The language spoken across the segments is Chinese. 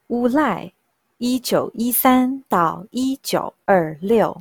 乌赖1913到1926。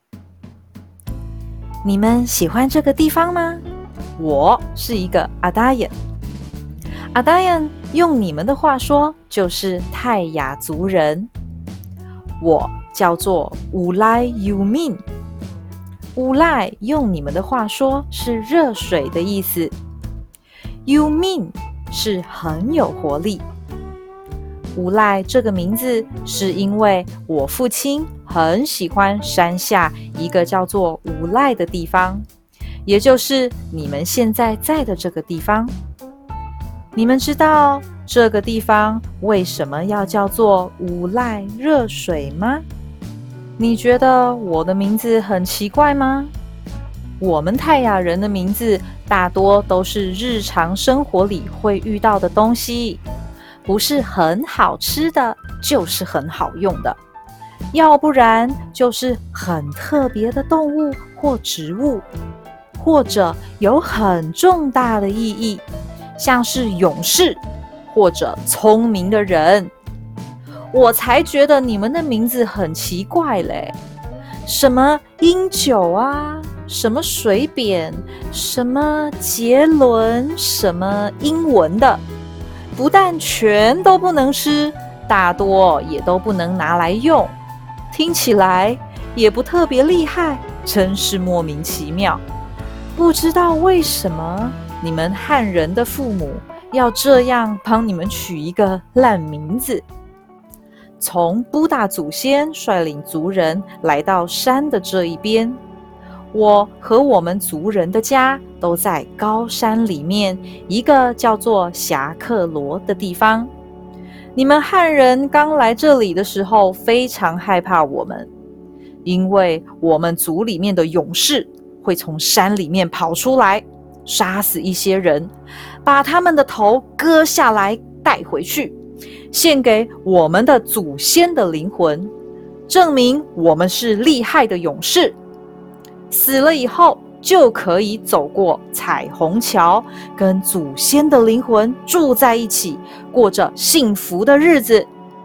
你们喜欢这个地方吗？我是一个阿达眼。阿达眼用你们的话说就是泰雅族人。我叫做乌赖尤敏。乌赖用你们的话说是热水的意思。尤敏是很有活力。乌赖这个名字是因为我父亲很喜欢山下一个叫做乌赖的地方，也就是你们现在在的这个地方。你们知道这个地方为什么要叫做乌赖热水吗？你觉得我的名字很奇怪吗？我们泰雅人的名字大多都是日常生活里会遇到的东西，不是很好吃的，就是很好用的，要不然就是很特别的动物或植物，或者有很重大的意义，像是勇士或者聪明的人。我才觉得你们的名字很奇怪嘞，什么英九啊，什么水扁，什么杰伦，什么英文的，不但全都不能吃，大多也都不能拿来用，听起来也不特别厉害，真是莫名其妙。不知道为什么你们汉人的父母要这样帮你们取一个烂名字。从布达祖先率领族人来到山的这一边，我和我们族人的家都在高山里面一个叫做侠客罗的地方。你们汉人刚来这里的时候非常害怕我们，因为我们族里面的勇士会从山里面跑出来，杀死一些人，把他们的头割下来带回去，献给我们的祖先的灵魂，证明我们是厉害的勇士。死了以后就可以走过彩虹桥，跟祖先的灵魂住在一起，过着幸福的日子。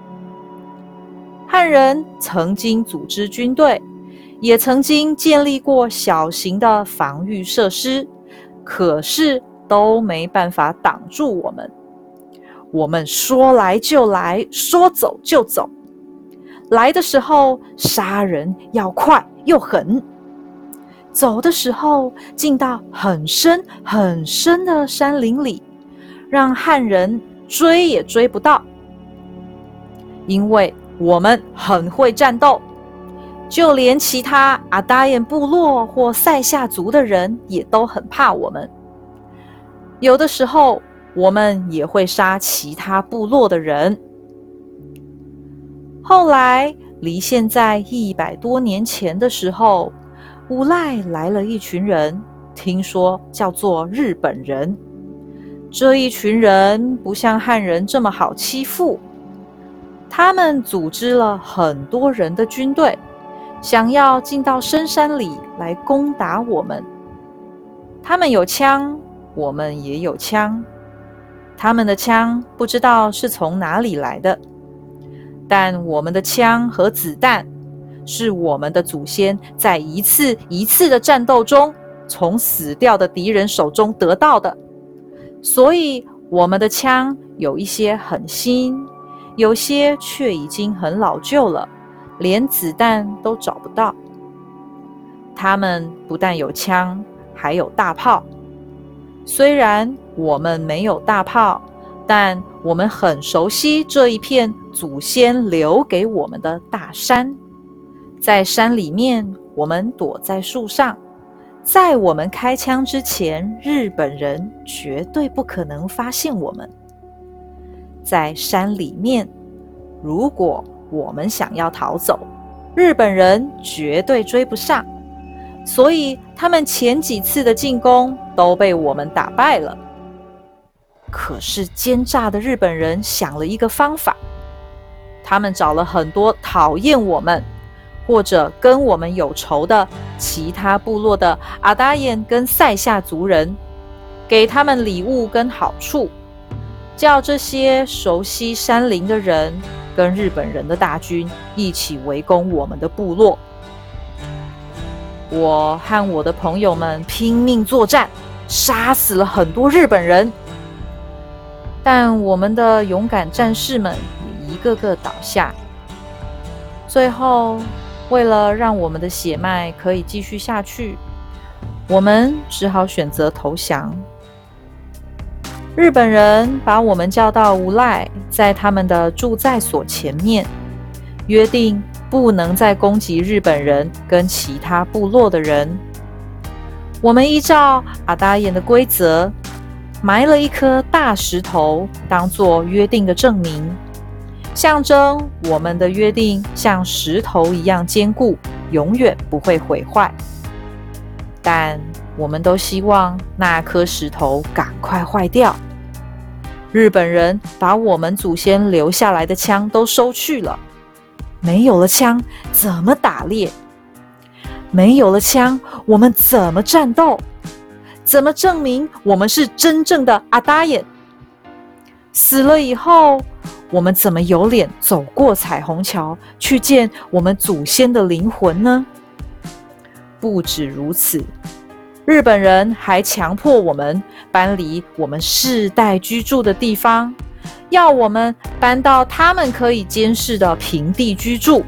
汉人曾经组织军队，也曾经建立过小型的防御设施，可是都没办法挡住我们。我们说来就来，说走就走。来的时候杀人要快又狠，走的时候进到很深很深的山林里，让汉人追也追不到。因为我们很会战斗，就连其他阿达眼部落或塞夏族的人也都很怕我们。有的时候我们也会杀其他部落的人。后来离现在100多年前的时候，乌赖来了一群人，听说叫做日本人。这一群人不像汉人这么好欺负，他们组织了很多人的军队，想要进到深山里来攻打我们。他们有枪，我们也有枪。他们的枪不知道是从哪里来的，但我们的枪和子弹是我们的祖先在一次一次的战斗中从死掉的敌人手中得到的，所以我们的枪有一些很新，有些却已经很老旧了，连子弹都找不到。他们不但有枪，还有大炮。虽然我们没有大炮，但我们很熟悉这一片祖先留给我们的大山。在山里面，我们躲在树上，在我们开枪之前，日本人绝对不可能发现我们。在山里面，如果我们想要逃走，日本人绝对追不上，所以他们前几次的进攻都被我们打败了。可是奸诈的日本人想了一个方法，他们找了很多讨厌我们或者跟我们有仇的其他部落的阿达眼跟塞夏族人，给他们礼物跟好处，叫这些熟悉山林的人跟日本人的大军一起围攻我们的部落。我和我的朋友们拼命作战，杀死了很多日本人，但我们的勇敢战士们也一个个倒下。最后，为了让我们的血脉可以继续下去，我们只好选择投降。日本人把我们叫到无赖，在他们的驻在所前面，约定不能再攻击日本人跟其他部落的人。我们依照阿达眼的规则，埋了一颗大石头，当作约定的证明，象征我们的约定像石头一样坚固，永远不会毁坏。但我们都希望那颗石头赶快坏掉。日本人把我们祖先留下来的枪都收去了，没有了枪，怎么打猎？没有了枪，我们怎么战斗？怎么证明我们是真正的阿达眼？死了以后，我们怎么有脸走过彩虹桥，去见我们祖先的灵魂呢？不止如此，日本人还强迫我们搬离我们世代居住的地方，要我们搬到他们可以监视的平地居住。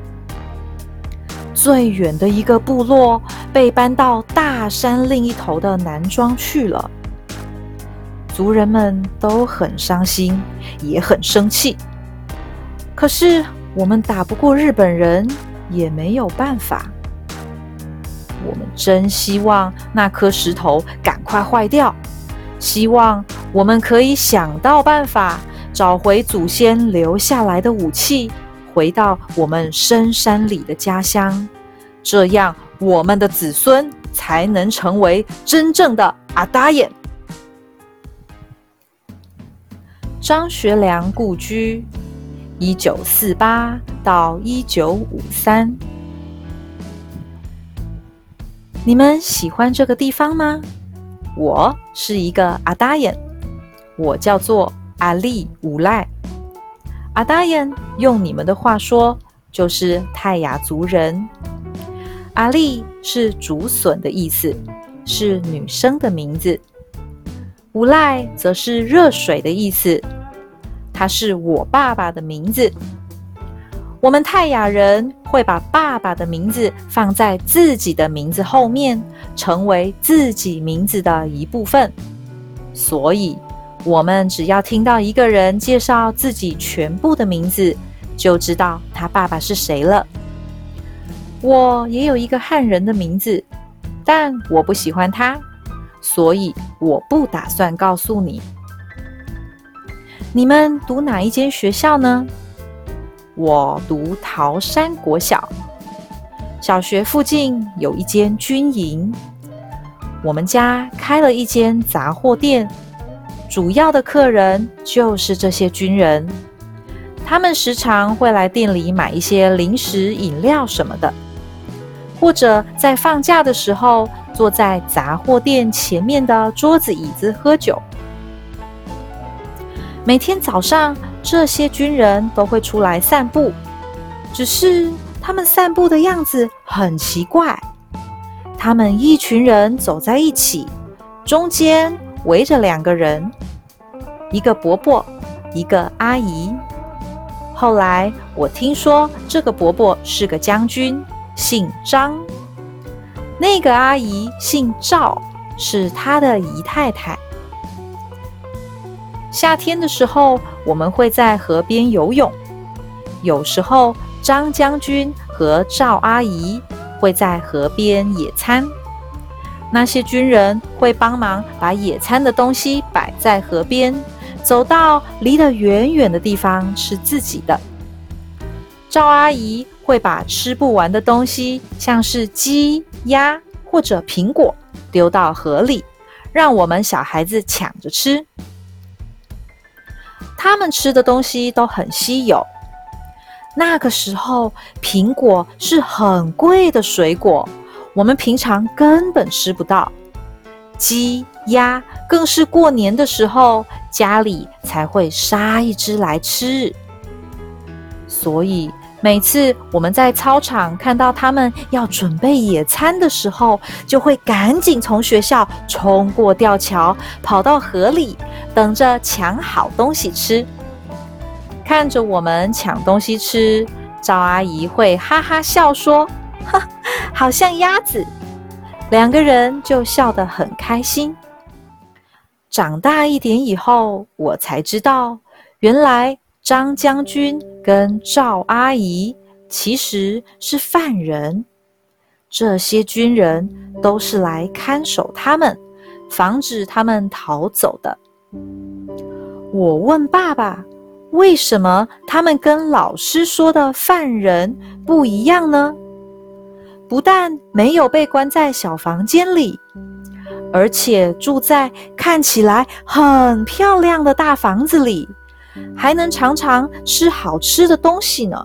最远的一个部落被搬到大山另一头的南庄去了。族人们都很伤心，也很生气。可是我们打不过日本人，也没有办法。我们真希望那颗石头赶快坏掉，希望我们可以想到办法，找回祖先留下来的武器，回到我们深山里的家乡，这样我们的子孙才能成为真正的阿达眼。张学良故居，1948到1953。你们喜欢这个地方吗？我是一个阿达眼，我叫做阿力无赖。阿达眼用你们的话说，就是泰雅族人。阿力是竹笋的意思，是女生的名字。无赖则是热水的意思，它是我爸爸的名字。我们泰雅人会把爸爸的名字放在自己的名字后面，成为自己名字的一部分。所以，我们只要听到一个人介绍自己全部的名字，就知道他爸爸是谁了。我也有一个汉人的名字，但我不喜欢他，所以我不打算告诉你。你们读哪一间学校呢？我读桃山国小，小学附近有一间军营。我们家开了一间杂货店，主要的客人就是这些军人。他们时常会来店里买一些零食、饮料什么的，或者在放假的时候坐在杂货店前面的桌子椅子喝酒。每天早上，这些军人都会出来散步，只是他们散步的样子很奇怪。他们一群人走在一起，中间围着2个人，一个伯伯，一个阿姨。后来我听说这个伯伯是个将军，姓张；那个阿姨姓赵，是他的姨太太。夏天的时候，我们会在河边游泳。有时候，张将军和赵阿姨会在河边野餐。那些军人会帮忙把野餐的东西摆在河边，走到离得远远的地方吃自己的。赵阿姨会把吃不完的东西，像是鸡、鸭或者苹果，丢到河里，让我们小孩子抢着吃。他们吃的东西都很稀有。那个时候，苹果是很贵的水果，我们平常根本吃不到。鸡、鸭更是过年的时候，家里才会杀一只来吃。 所以每次我们在操场看到他们要准备野餐的时候，就会赶紧从学校冲过吊桥，跑到河里，等着抢好东西吃。看着我们抢东西吃，赵阿姨会哈哈笑说：“哈，好像鸭子。”两个人就笑得很开心。长大一点以后，我才知道，原来张将军跟赵阿姨其实是犯人。这些军人都是来看守他们，防止他们逃走的。我问爸爸，为什么他们跟老师说的犯人不一样呢？不但没有被关在小房间里，而且住在看起来很漂亮的大房子里，还能常常吃好吃的东西呢。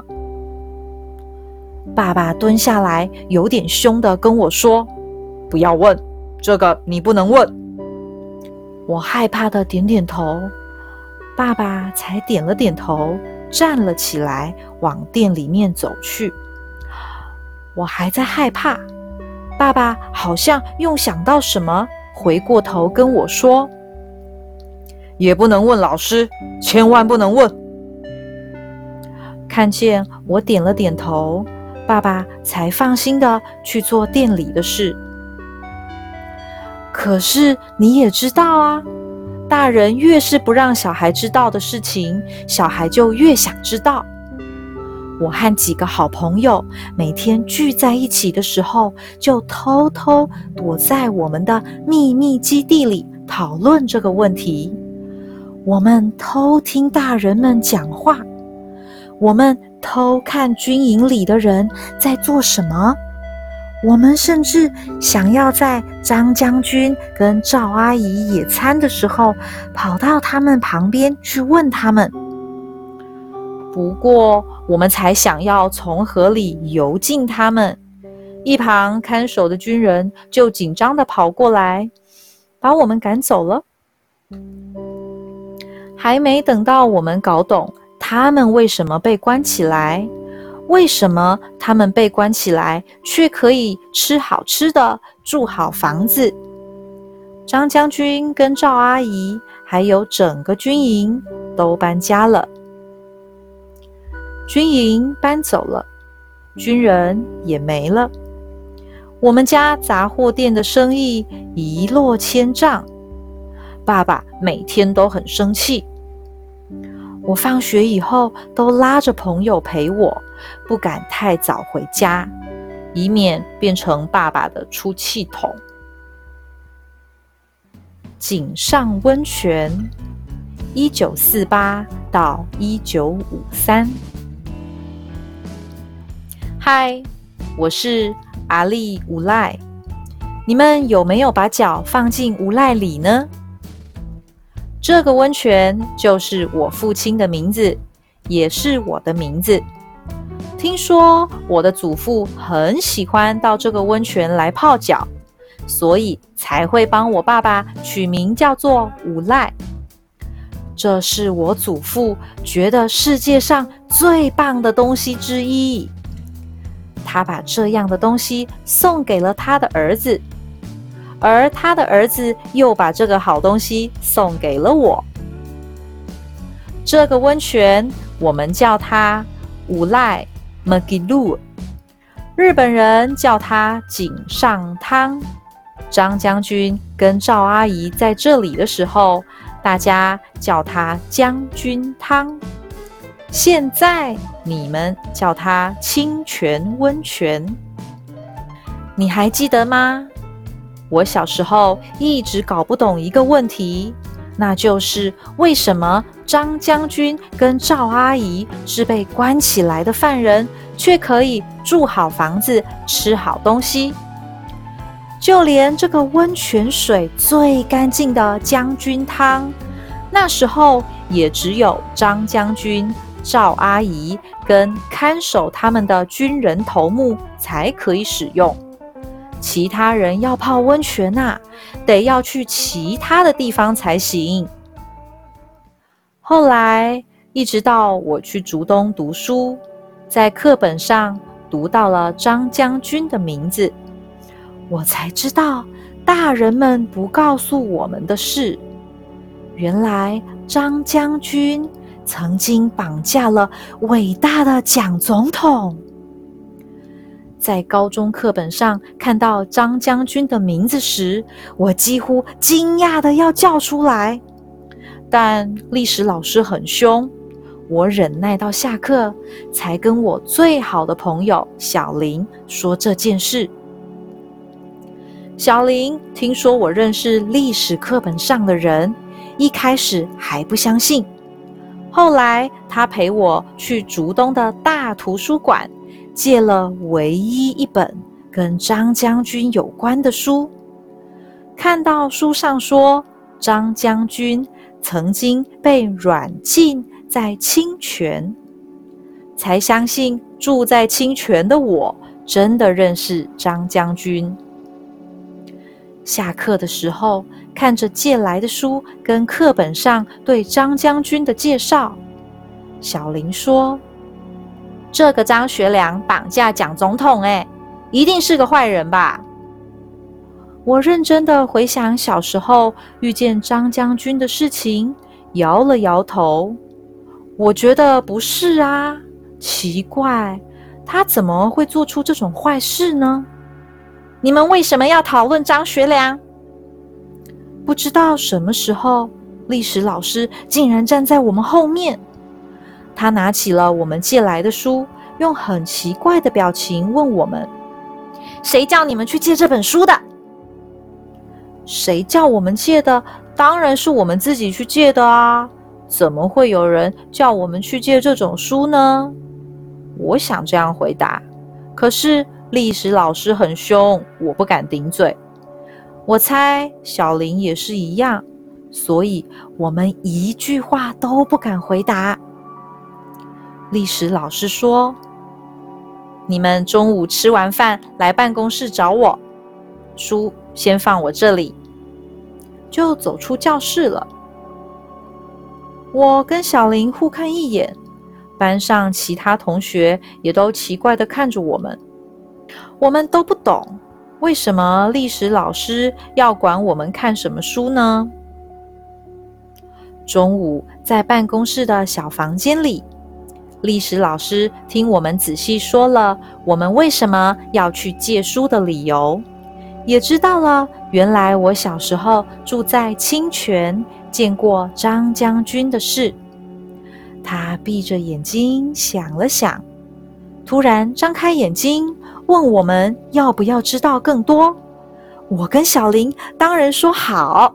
爸爸蹲下来，有点凶地跟我说：“不要问，这个你不能问。”我害怕地点点头，爸爸才点了点头，站了起来，往店里面走去。我还在害怕，爸爸好像又想到什么，回过头跟我说：“也不能问老师，千万不能问。”看见我点了点头，爸爸才放心的去做店里的事。可是你也知道啊，大人越是不让小孩知道的事情，小孩就越想知道。我和几个好朋友每天聚在一起的时候，就偷偷躲在我们的秘密基地里讨论这个问题。我们偷听大人们讲话，我们偷看军营里的人在做什么，我们甚至想要在张将军跟赵阿姨野餐的时候，跑到他们旁边去问他们。不过我们才想要从河里游进他们，一旁看守的军人就紧张地跑过来，把我们赶走了。还没等到我们搞懂他们为什么被关起来，为什么他们被关起来却可以吃好吃的，住好房子，张将军跟赵阿姨还有整个军营都搬家了。军营搬走了，军人也没了，我们家杂货店的生意一落千丈，爸爸每天都很生气。我放学以后都拉着朋友陪我，不敢太早回家，以免变成爸爸的出气筒。井上温泉，1948到1953。嗨，我是阿丽无赖。你们有没有把脚放进无赖里呢？这个温泉就是我父亲的名字，也是我的名字。听说我的祖父很喜欢到这个温泉来泡脚，所以才会帮我爸爸取名叫做无赖。这是我祖父觉得世界上最棒的东西之一。他把这样的东西送给了他的儿子，而他的儿子又把这个好东西送给了我。这个温泉我们叫它无赖 Magilu， 日本人叫它井上汤。张将军跟赵阿姨在这里的时候，大家叫它将军汤。现在你们叫它清泉温泉。你还记得吗？我小时候一直搞不懂一个问题，那就是为什么张将军跟赵阿姨是被关起来的犯人，却可以住好房子，吃好东西。就连这个温泉水最干净的将军汤，那时候也只有张将军、赵阿姨跟看守他们的军人头目才可以使用。其他人要泡温泉啊，得要去其他的地方才行。后来一直到我去竹东读书，在课本上读到了张将军的名字，我才知道大人们不告诉我们的事。原来张将军曾经绑架了伟大的蒋总统。在高中课本上看到张将军的名字时，我几乎惊讶的要叫出来。但历史老师很凶，我忍耐到下课，才跟我最好的朋友小林说这件事。小林听说我认识历史课本上的人，一开始还不相信，后来他陪我去竹东的大图书馆，借了唯一一本跟张将军有关的书。看到书上说张将军曾经被软禁在清泉，才相信住在清泉的我真的认识张将军。下课的时候，看着借来的书跟课本上对张将军的介绍，小林说：“这个张学良绑架蒋总统，一定是个坏人吧？”我认真的回想小时候遇见张将军的事情，摇了摇头。我觉得不是啊，奇怪，他怎么会做出这种坏事呢？你们为什么要讨论张学良？不知道什么时候，历史老师竟然站在我们后面。他拿起了我们借来的书，用很奇怪的表情问我们：“谁叫你们去借这本书的？”谁叫我们借的？当然是我们自己去借的啊！怎么会有人叫我们去借这种书呢？我想这样回答，可是历史老师很凶，我不敢顶嘴。我猜小林也是一样，所以我们一句话都不敢回答。历史老师说：“你们中午吃完饭来办公室找我，书先放我这里。”就走出教室了。我跟小林互看一眼，班上其他同学也都奇怪地看着我们。我们都不懂，为什么历史老师要管我们看什么书呢？中午在办公室的小房间里，历史老师听我们仔细说了我们为什么要去借书的理由，也知道了原来我小时候住在清泉，见过张将军的事。他闭着眼睛想了想，突然张开眼睛问我们要不要知道更多。我跟小林当然说好。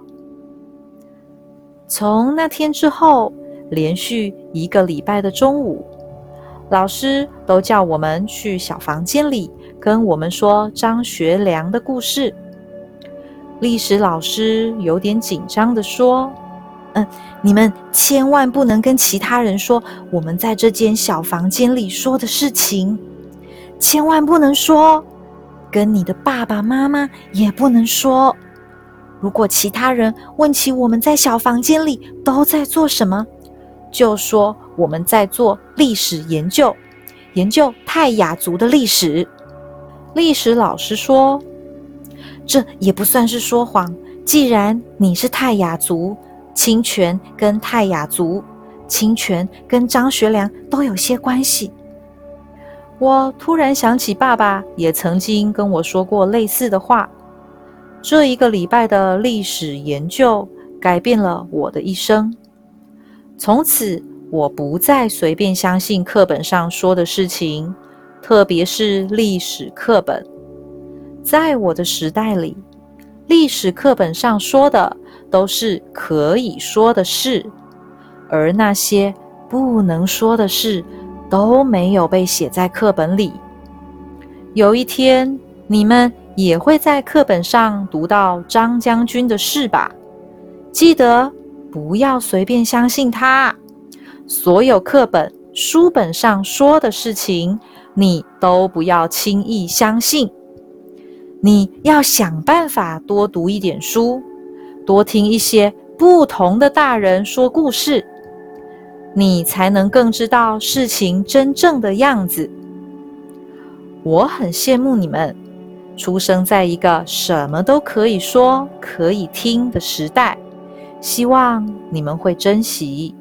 从那天之后，连续1个礼拜的中午，老师都叫我们去小房间里跟我们说张学良的故事。历史老师有点紧张地说：“你们千万不能跟其他人说我们在这间小房间里说的事情，千万不能说，跟你的爸爸妈妈也不能说。如果其他人问起我们在小房间里都在做什么，就说我们在做历史研究，研究泰雅族的历史。”历史老师说：“这也不算是说谎，既然你是泰雅族，清泉跟泰雅族，清泉跟张学良都有些关系。”我突然想起爸爸也曾经跟我说过类似的话。这1个礼拜的历史研究改变了我的一生。从此，我不再随便相信课本上说的事情，特别是历史课本。在我的时代里，历史课本上说的都是可以说的事，而那些不能说的事都没有被写在课本里。有一天，你们也会在课本上读到张将军的事吧？记得不要随便相信他。所有课本、书本上说的事情，你都不要轻易相信。你要想办法多读一点书，多听一些不同的大人说故事。 你才能更知道事情真正的样子。我很羡慕你们，出生在一个什么都可以说、可以听的时代，希望你们会珍惜。